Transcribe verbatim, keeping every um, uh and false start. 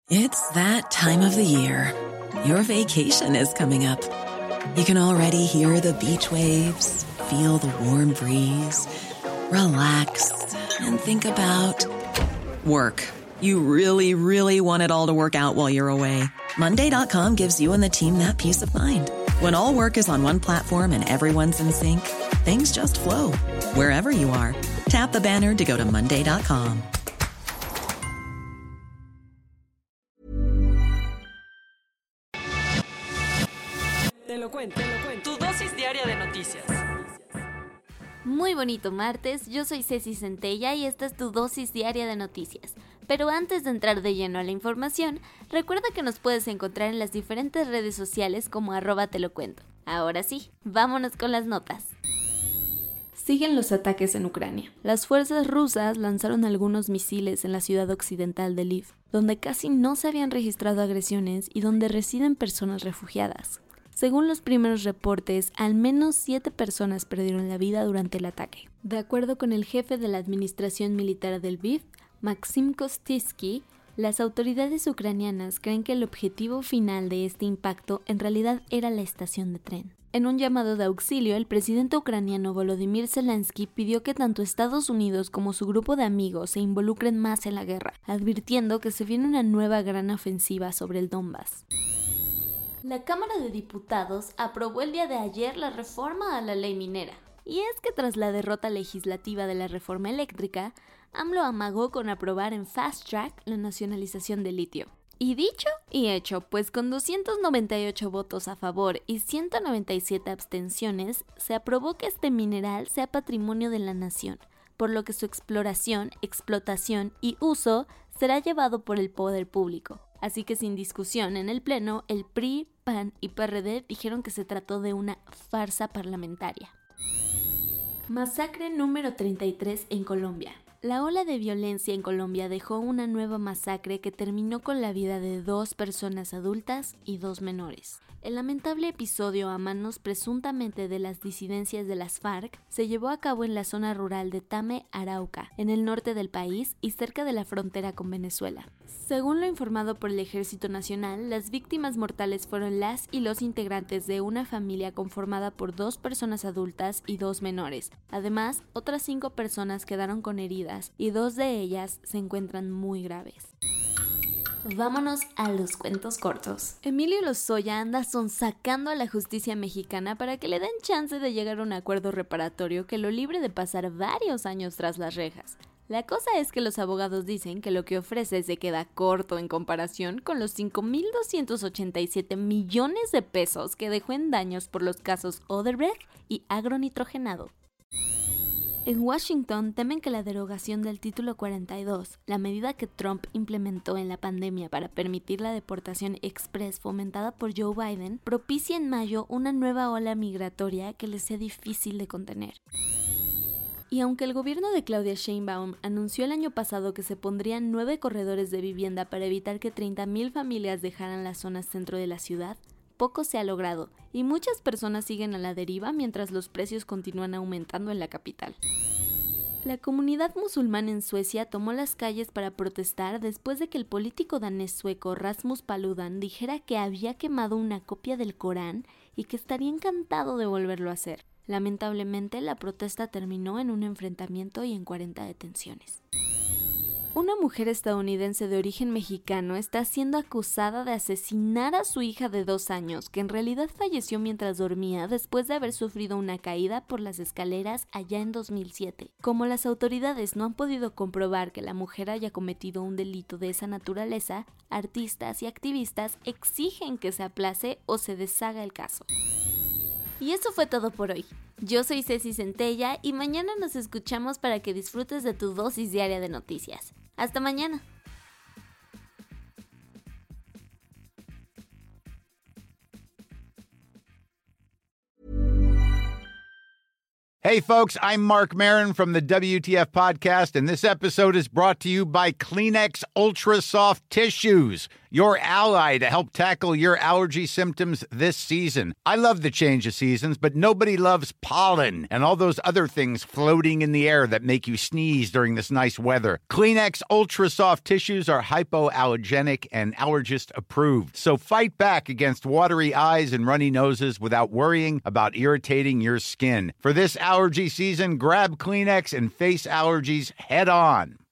It's that time of the year. Your vacation is coming up. You can already hear the beach waves, feel the warm breeze, relax, and think about work. You really, really want it all to work out while you're away. Monday dot com gives you and the team that peace of mind. When all work is on one platform and everyone's in sync, things just flow. Wherever you are, tap the banner to go to Monday dot com. Te lo cuento, te lo cuento. Tu dosis diaria de noticias. Muy bonito martes, yo soy Ceci Centella y esta es tu dosis diaria de noticias. Pero antes de entrar de lleno a la información, recuerda que nos puedes encontrar en las diferentes redes sociales como arroba te lo cuento. Ahora sí, vámonos con las notas. Siguen los ataques en Ucrania. Las fuerzas rusas lanzaron algunos misiles en la ciudad occidental de Lviv, donde casi no se habían registrado agresiones y donde residen personas refugiadas. Según los primeros reportes, al menos siete personas perdieron la vida durante el ataque. De acuerdo con el jefe de la administración militar de Lviv, Maxim Kostitsky, las autoridades ucranianas creen que el objetivo final de este impacto en realidad era la estación de tren. En un llamado de auxilio, el presidente ucraniano Volodymyr Zelensky pidió que tanto Estados Unidos como su grupo de amigos se involucren más en la guerra, advirtiendo que se viene una nueva gran ofensiva sobre el Donbass. La Cámara de Diputados aprobó el día de ayer la reforma a la ley minera. Y es que tras la derrota legislativa de la reforma eléctrica, AMLO amagó con aprobar en fast track la nacionalización del litio. Y dicho y hecho, pues con doscientos noventa y ocho votos a favor y ciento noventa y siete abstenciones, se aprobó que este mineral sea patrimonio de la nación, por lo que su exploración, explotación y uso será llevado por el poder público. Así que sin discusión en el Pleno, el P R I, P A N y P R D dijeron que se trató de una farsa parlamentaria. Masacre número treinta y tres en Colombia. La ola de violencia en Colombia dejó una nueva masacre que terminó con la vida de dos personas adultas y dos menores. El lamentable episodio a manos presuntamente de las disidencias de las FARC se llevó a cabo en la zona rural de Tame, Arauca, en el norte del país y cerca de la frontera con Venezuela. Según lo informado por el Ejército Nacional, las víctimas mortales fueron las y los integrantes de una familia conformada por dos personas adultas y dos menores. Además, otras cinco personas quedaron con heridas y dos de ellas se encuentran muy graves. Vámonos a los cuentos cortos. Emilio Lozoya anda sonsacando a la justicia mexicana para que le den chance de llegar a un acuerdo reparatorio que lo libre de pasar varios años tras las rejas. La cosa es que los abogados dicen que lo que ofrece se queda corto en comparación con los cinco mil doscientos ochenta y siete millones de pesos que dejó en daños por los casos Odebrecht y agronitrogenado. En Washington temen que la derogación del Título cuarenta y dos, la medida que Trump implementó en la pandemia para permitir la deportación express fomentada por Joe Biden, propicie en mayo una nueva ola migratoria que les sea difícil de contener. Y aunque el gobierno de Claudia Sheinbaum anunció el año pasado que se pondrían nueve corredores de vivienda para evitar que treinta mil familias dejaran la zona centro de la ciudad, poco se ha logrado y muchas personas siguen a la deriva mientras los precios continúan aumentando en la capital. La comunidad musulmana en Suecia tomó las calles para protestar después de que el político danés sueco Rasmus Paludan dijera que había quemado una copia del Corán y que estaría encantado de volverlo a hacer. Lamentablemente, la protesta terminó en un enfrentamiento y en cuarenta detenciones. Una mujer estadounidense de origen mexicano está siendo acusada de asesinar a su hija de dos años, que en realidad falleció mientras dormía después de haber sufrido una caída por las escaleras allá en dos mil siete. Como las autoridades no han podido comprobar que la mujer haya cometido un delito de esa naturaleza, artistas y activistas exigen que se aplace o se deshaga el caso. Y eso fue todo por hoy. Yo soy Ceci Centella y mañana nos escuchamos para que disfrutes de tu dosis diaria de noticias. ¡Hasta mañana! Hey, folks, I'm Mark Maron from the W T F Podcast, and this episode is brought to you by Kleenex Ultra Soft Tissues, your ally to help tackle your allergy symptoms this season. I love the change of seasons, but nobody loves pollen and all those other things floating in the air that make you sneeze during this nice weather. Kleenex Ultra Soft Tissues are hypoallergenic and allergist approved, so fight back against watery eyes and runny noses without worrying about irritating your skin. For this allergy season, grab Kleenex and face allergies head on.